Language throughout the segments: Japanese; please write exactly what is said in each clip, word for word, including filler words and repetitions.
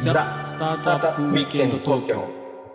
ザ・スタートアップウィークエンド東京。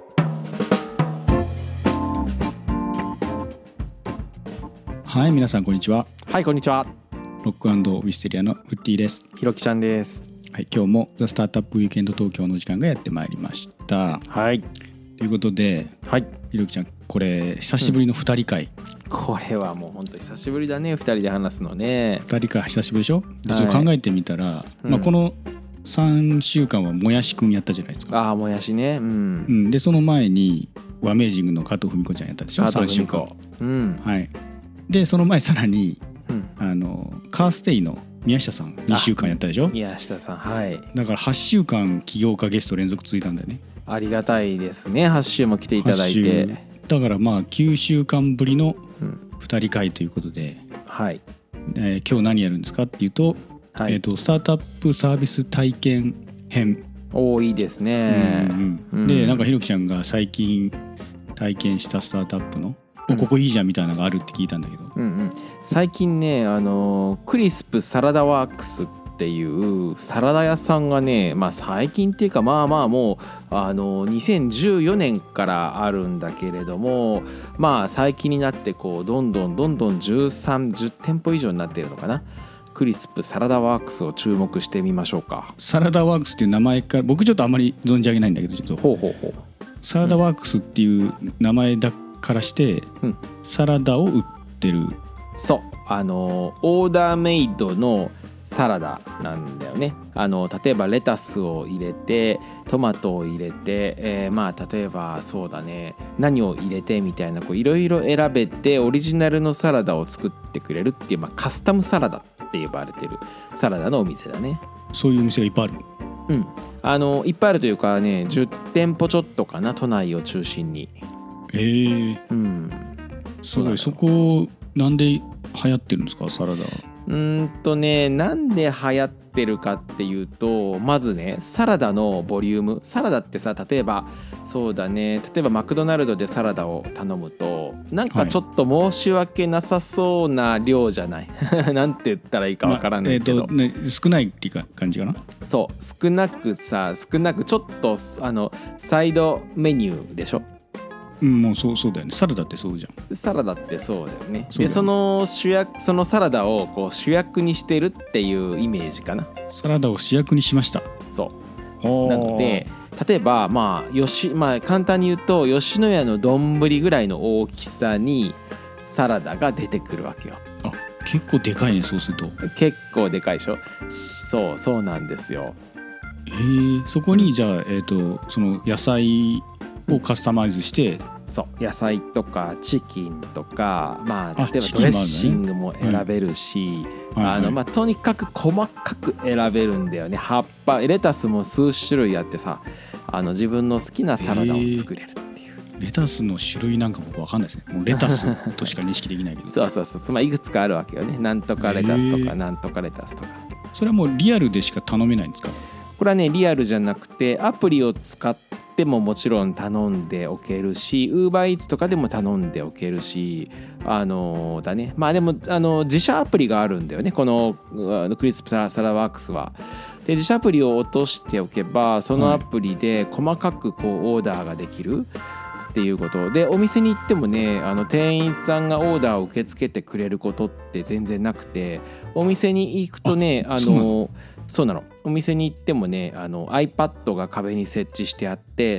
はい、皆さんこんにちは。 はい、こんにちは。 ロック&ウィステリアのフッティです。 ひろきちゃんです。 はい、今日もザ・スタートアップウィークエンド東京の時間がやってまいりました。 はい。 ということで、 はい。 ひろきちゃん、これ久しぶりのふたり会、 うん、これはもう本当久しぶりだね、ふたりで話すのね。 ふたり会久しぶりでしょ。で、ちょっと考えてみたら、はい、まあ、このさんしゅうかんはもやしくんやったじゃないですか。 ああ、もやしね、うん、うん、でその前にワメージングの加藤文子ちゃんやったでしょ、さんしゅうかん、 うん、 はい。でその前さらに、 うん、 あのカーステイの宮下さんにしゅうかんやったでしょ。 宮下さん、はい。 だからはっしゅうかん起業家ゲスト連続続いたんだよね。 ありがたいですね、はっ週も来ていただいて。 だからまあきゅうしゅうかんぶりのふたり会ということで、 うん、はい。 えー、今日何やるんですかっていうと、はい、えーとスタートアップサービス体験編。 おー、いいですね、 うんうん、でなんかひろきちゃんが最近体験したスタートアップの、うん、ここいいじゃんみたいなのがあるって聞いたんだけど、 うんうん、最近ね、あのクリスプサラダワークスっていうサラダ屋さんがね、まあ最近っていうかまあまあもうあのにせんじゅうよねんからあるんだけれども、まあ最近になってこうどんどんどんどんじゅうさん、じゅってんぽ以上になっているのかな。クリスプサラダワークスを注目してみましょうか。 サラダワークスっていう名前から僕ちょっとあんまり存じ上げないんだけど、ちょっとほうほうほう、 サラダワークスっていう名前だからして、うん、サラダを売ってる。 そう、あのオーダーメイドのサラダなんだよね。あの例えばレタスを入れてトマトを入れて、えー、まあ例えばそうだね、何を入れてみたいな、こういろいろ選べてオリジナルのサラダを作ってくれるっていう、まあ、カスタムサラダって呼ばれてるサラダのお店だね。 そういうお店がいっぱいある。 うん、あのいっぱいあるというかね、じゅってんぽちょっとかな、都内を中心に。 へえ、うん、すごい。そこなんで流行ってるんですか、サラダ。 うーんとね、なんで流行ってるかっていうと、まずね、サラダのボリューム。サラダってさ、例えばそうだね、例えばマクドナルドでサラダを頼むとなんかちょっと申し訳なさそうな量じゃない、はい、なんて言ったらいいかわからないけど、まあえーとね、少ないっていう感じかな。 そう、少なくさ、少なくちょっとあのサイドメニューでしょ。 うん、もうそうそうだよね。サラダってそうじゃん。 サラダってそうだよね。で、その主役、そのサラダをこう主役にしてるっていうイメージかな。 サラダを主役にしました。 そうなので、例えばまあよし、まあ簡単に言うと吉野家の丼ぐらいの大きさにサラダが出てくるわけよ。 あ、結構でかいね。そうすると結構でかいでしょ。そうそうなんですよ。 えー、そこにじゃあ、えーと、その野菜をカスタマイズして、うん、 そう野菜とかチキンとか、まあ、例えばドレッシングも選べるし、あのまあ、とにかく細かく選べるんだよね。葉っぱ、レタスも数種類あってさ、あの自分の好きなサラダを作れるっていう、 えー、レタスの種類なんか僕分かんないですね。もうレタスとしか認識できないけどそうそうそう、まあ、いくつかあるわけよね。なんとかレタスとか、なんとかレタスとか。 それはもうリアルでしか頼めないんですか。 これはね、リアルじゃなくてアプリを使ってももちろん頼んでおけるし、Uber Eatsとかでも頼んでおけるし、あのー、だね。まあでもあの自社アプリがあるんだよね、このクリスプサラダワークスは。で、自社アプリを落としておけば、そのアプリで細かくこうオーダーができるっていうことで、お店に行ってもね、あの店員さんがオーダーを受け付けてくれることって全然なくて、お店に行くとね、あのそうなの。お店に行ってもね、あの iPad が壁に設置してあって、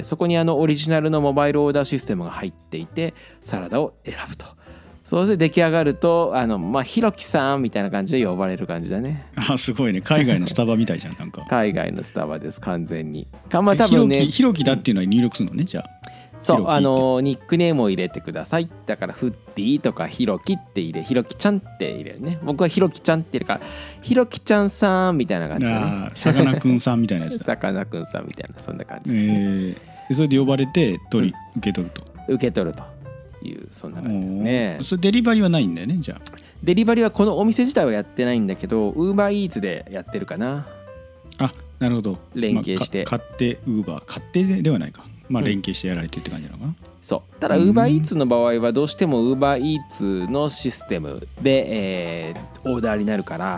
そこにあのオリジナルのモバイルオーダーシステムが入っていて、サラダを選ぶと。そうして出来上がると、あのまあひろきさんみたいな感じで呼ばれる感じだね。 あ、すごいね。海外のスタバみたいじゃん。なんか海外のスタバです、完全に。か、まあ、多分ね、 ひろきだっていうのは入力するのね、じゃあ。 そう、あのニックネームを入れてください。だからフッティとかひろきって入れ、ひろきちゃんって入れるね。僕はひろきちゃんって入れるから、ひろきちゃんさんみたいな感じだね。 さかなクンさんみたいなやつだ。 さかなクンさんみたいな、そんな感じですね。えー、でそれで呼ばれて取り、うん、受け取ると。 受け取るという、そんな感じですね。 それデリバリーはないんだよね、じゃあ。 デリバリーはこのお店自体はやってないんだけど、Uber Eatsでやってるかな。 あ、なるほど。 連携して、 まあ、買って Uber、買ってではないか。まあ連携してやられてるって感じなのかな。うん、 そう。ただ Uber Eats の場合はどうしても Uber Eats のシステムで、えー、オーダーになるから、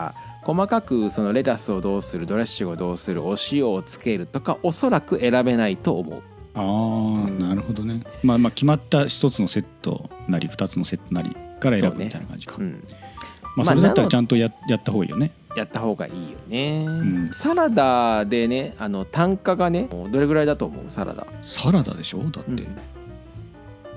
細かくそのレタスをどうする、ドレッシングをどうする、お塩をつけるとかおそらく選べないと思う。 ああ、なるほどね。まあまあ決まった一つのセットなり二つのセットなりから選ぶみたいな感じか。 そうね、うん、 まあそれだったらちゃんと や, やった方がいいよね。 やった方がいいよね、うん、 サラダでね、あの単価がねどれぐらいだと思う？サラダサラダでしょ、だって、うん、うん、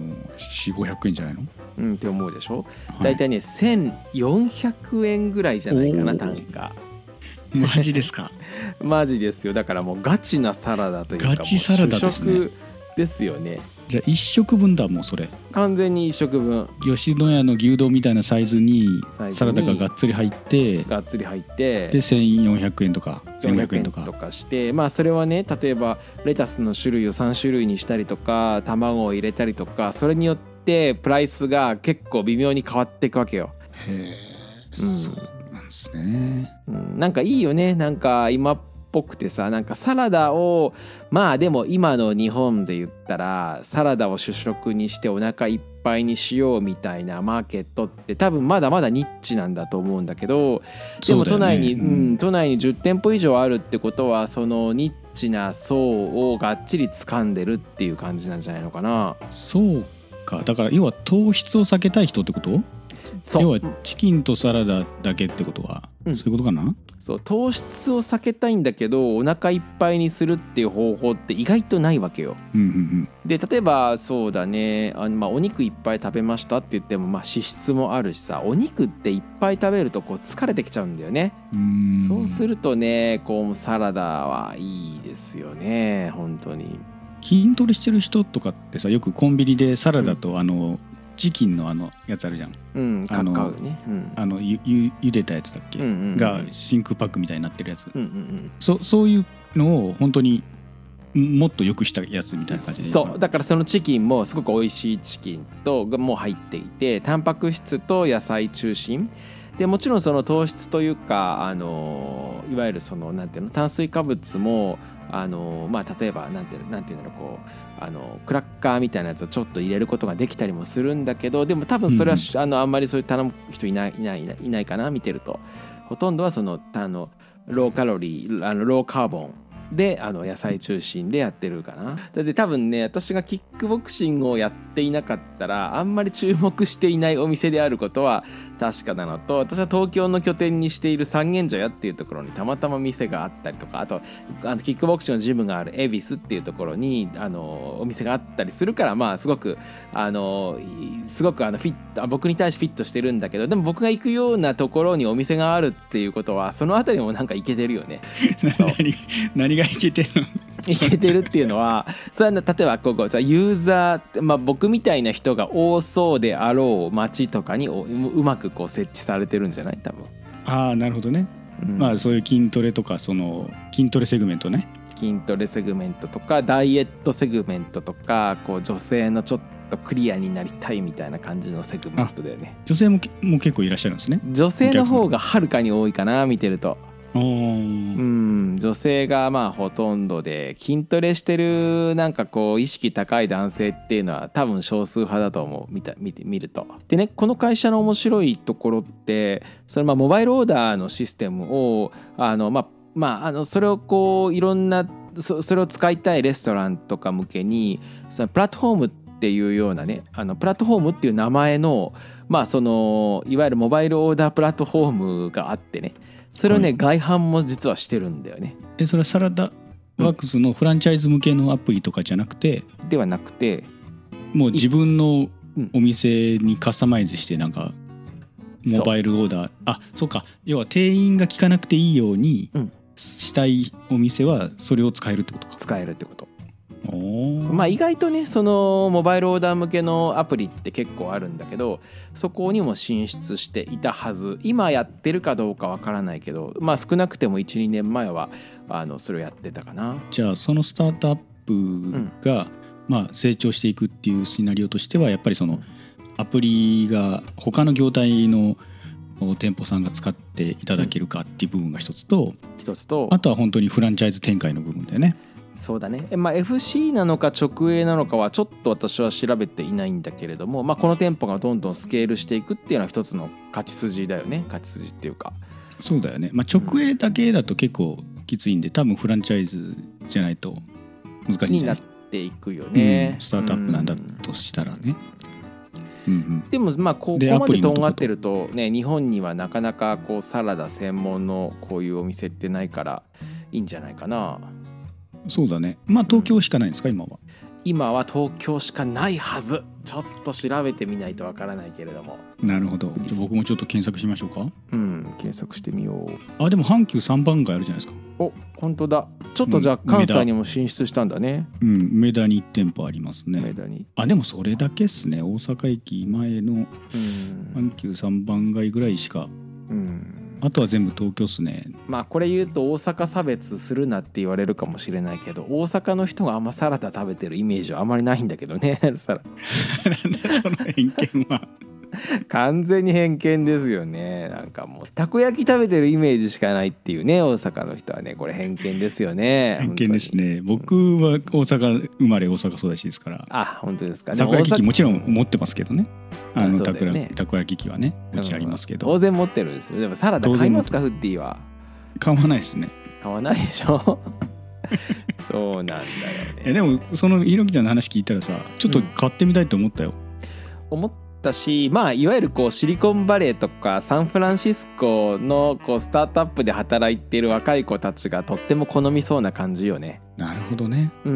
よんひゃくごひゃくえんじゃないの？ うんって思うでしょ、はい、だいたいねせんよんひゃくえんぐらいじゃないかな、単価。 マジですか？ マジですよ。だからもうガチなサラダというか、 ガチサラダですね。 主食ですよね。 じゃあいっ食分だ、もうそれ完全にいっ食分。 吉野家の牛丼みたいなサイズにサラダががっつり入ってがっつり入ってでせんよんひゃくえんとかせんごひゃくえんとかとかして、まあそれはね、例えばレタスの種類をさん種類にしたりとか卵を入れたりとか、それによってプライスが結構微妙に変わっていくわけよ。 へえ、うん、そうなんですね、 うん、なんかいいよね。なんか今っぽくてさ、なんかサラダを、まあでも今の日本で言ったらサラダを主食にしてお腹いっぱいにしようみたいなマーケットって多分まだまだニッチなんだと思うんだけど、でも都内に、う、ね、うん、都内にじゅってんぽ以上あるってことは、そのニッチな層をがっちり掴んでるっていう感じなんじゃないのかな。 そうか、だから要は糖質を避けたい人ってこと？要はチキンとサラダだけってことは、うん、そういうことかな。 そう、糖質を避けたいんだけどお腹いっぱいにするっていう方法って意外とないわけよ、 うんうんうん、で例えばそうだね、あの、まあ、お肉いっぱい食べましたって言っても、まあ、脂質もあるしさ、お肉っていっぱい食べるとこう疲れてきちゃうんだよね。 うーん、 そうするとね、こうサラダはいいですよね、本当に。 筋トレしてる人とかってさ、よくコンビニでサラダとあの、うん、チキンのあのやつあるじゃん、 うん、買うね、うん、 あのゆゆ茹でたやつだっけ、うんうんうん、が真空パックみたいになってるやつ、うんうんうん、そ, そういうのを本当にもっと良くしたやつみたいな感じで。 そうだから、そのチキンもすごく美味しいチキンとがもう入っていて、タンパク質と野菜中心で、もちろんその糖質というか、あのいわゆるそのなんていうの、炭水化物もあのまあ例えばなんていうの、なんていうんだろう、こうあのクラッカーみたいなやつをちょっと入れることができたりもするんだけど、でも多分それは、うん、あのあんまりそういう頼む人いないいないいないかな、見てると。ほとんどはそのあのローカロリー、あのローカーボンで、あの野菜中心でやってるかな。だって多分ね、私がキックボクシングをやっていなかったらあんまり注目していないお店であることは確かなのと、私は東京の拠点にしている三軒茶屋っていうところにたまたま店があったりとか、あとあのキックボクシングのジムがある恵比寿っていうところにあのお店があったりするから、まあすごくあのすごくあのフィット、僕に対してフィットしてるんだけど、でも僕が行くようなところにお店があるっていうことは、そのあたりもなんかいけてるよね。 何, 何がいけてるの？ いけてるっていうのは、それは例えばここユーザー、まあ、僕みたいな人が多そうであろう街とかにうまくこう設置されてるんじゃない？多分。 ああ、なるほどね、うん、まあそういう筋トレとか、その筋トレセグメントね、 筋トレセグメントとかダイエットセグメントとか、こう女性のちょっとクリアになりたいみたいな感じのセグメントだよね。 女性もも結構いらっしゃるんですね。 女性の方がはるかに多いかな、見てると。 うん、 女性がまあほとんどで、筋トレしてるなんかこう意識高い男性っていうのは多分少数派だと思う、見た見て見ると。でね、この会社の面白いところって、そのまあモバイルオーダーのシステムをあのまあまああのそれをこういろんな そ, それを使いたいレストランとか向けに、そのプラットフォームっていうようなね、あのプラットフォームっていう名前のまあそのいわゆるモバイルオーダープラットフォームがあってね、それをね、はい、外販も実はしてるんだよね。 え、それはサラダワークスのフランチャイズ向けのアプリとかじゃなくて、 うん、ではなくて、 もう自分のお店にカスタマイズして、なんかモバイルオーダー、あ、そうか、要は店員が聞かなくていいようにしたいお店はそれを使えるってことか。 使えるってこと。 お、 まあ意外とね、そのモバイルオーダー向けのアプリって結構あるんだけど、そこにも進出していたはず。今やってるかどうかわからないけど、まあ少なくても いち,に 年前はあのそれをやってたかな。 じゃあそのスタートアップが、うん、まあ成長していくっていうシナリオとしては、やっぱりそのアプリが他の業態の店舗さんが使っていただけるかっていう部分が一つと、 一つと、 あとは本当にフランチャイズ展開の部分だよね。 そうだね、まあ、エフシー なのか直営なのかはちょっと私は調べていないんだけれども、まあ、この店舗がどんどんスケールしていくっていうのは一つの勝ち筋だよね。勝ち筋っていうか、 そうだよね、まあ、直営だけだと結構きついんで、多分フランチャイズじゃないと難しいんになっじゃないていくよね、 うん、スタートアップなんだとしたらね、うんうん、 でもまあここまでとんがってるとね、日本にはなかなかこうサラダ専門のこういうお店ってないからいいんじゃないかな。 そうだね。まあ東京しかないんですか、今は。 今は東京しかないはず。ちょっと調べてみないとわからないけれども。 なるほど。じゃあ僕もちょっと検索しましょうか。 うん、検索してみよう。 あ、でも阪急さんばん街あるじゃないですか。 お、本当だ。ちょっとじゃあ関西にも進出したんだね。 うん、梅田にいち店舗ありますね。 梅田に。 あ、でもそれだけっすね。大阪駅前の阪急さんばん街ぐらいしか。うん。あとは全部東京っすね。 まあこれ言うと大阪差別するなって言われるかもしれないけど、大阪の人があんまサラダ食べてるイメージはあまりないんだけどね。サラなんだその偏見は。 完全に偏見ですよね。なんかもうたこ焼き食べてるイメージしかないっていうね、大阪の人はね。これ偏見ですよね。 偏見ですね。僕は大阪生まれ大阪育ちですから。 あ、本当ですか。 たこ焼き器もちろん持ってますけどね。あのたこね、 たこ焼き器はね、うちありますけど、 当然持ってるんですよ。でもサラダ買いますか、フッディは。 買わないですね。 買わないでしょ。そうなんだよね。 えでもその猪木ちゃんの話聞いたらさ、ちょっと買ってみたいと思ったよ、 うん、思ったし、まあいわゆるこうシリコンバレーとかサンフランシスコのこうスタートアップで働いている若い子たちがとっても好みそうな感じよね。 なるほどね。 うん。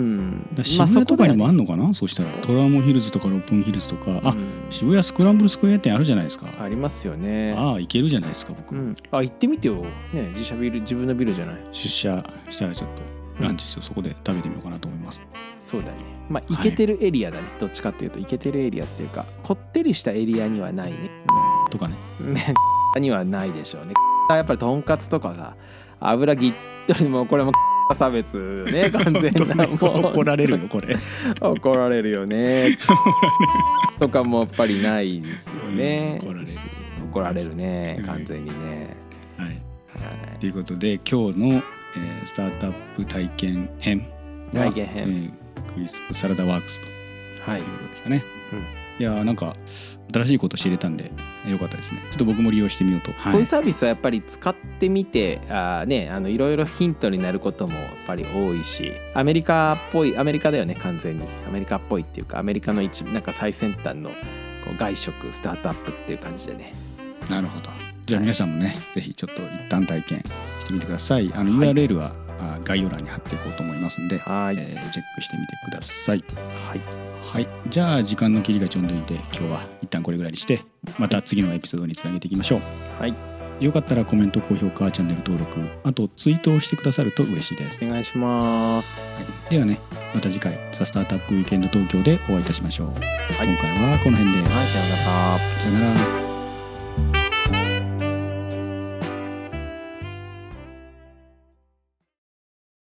渋谷とかにもあんのかな、まあ、そうしたらトラモヒルズとか六本木ヒルズとか、あ、うん、渋谷スクランブルスクエア店あるじゃないですか。 ありますよね。 ああ、行けるじゃないですか僕、うん、 あ、行ってみてよ、ね、自社ビル、自分のビルじゃない。 出社したらちょっとランチして、うん、そこで食べてみようかなと思います。 そうだね。まあイケてるエリアだね、はい、どっちかっていうとイケてるエリアっていうかこってりしたエリアにはないね、 うん、とかねにはないでしょうね。やっぱりとんかつとかさ、油ぎっとり、もうこれも差別ね、完全な。もう怒られるよこれ。 怒られるよね。とかもやっぱりないですよね。 怒られる。 怒られるね、完全にね。 はい。はい、ということで今日の、えー、スタートアップ体験編体験編、えー、クリスプサラダワークスと、はい、いうことですかね。うん、いやーなんか新しいこと知れたんでよかったですね。ちょっと僕も利用してみようと、はい、 こういうサービスはやっぱり使ってみて、あね、あのいろいろヒントになることもやっぱり多いし、アメリカっぽい、アメリカだよね、完全にアメリカっぽいっていうか、アメリカの一なんか最先端のこう外食スタートアップっていう感じでね。 なるほど。じゃあ皆さんもね、はい、ぜひちょっと一旦体験してみてください。あの ユーアールエルは、はい、概要欄に貼っていこうと思いますんで、はい、えー、チェックしてみてください。はいはい、じゃあ時間の切りがちょうどいいんで今日は一旦これぐらいにしてまた次のエピソードにつなげていきましょう。はい、よかったらコメント高評価チャンネル登録あとツイートをしてくださると嬉しいです。 お願いします、 はい、ではねまた次回ザ・スタートアップウィーケンド東京でお会いいたしましょう。はい、今回はこの辺で、 はい、さよなら。 さよなら。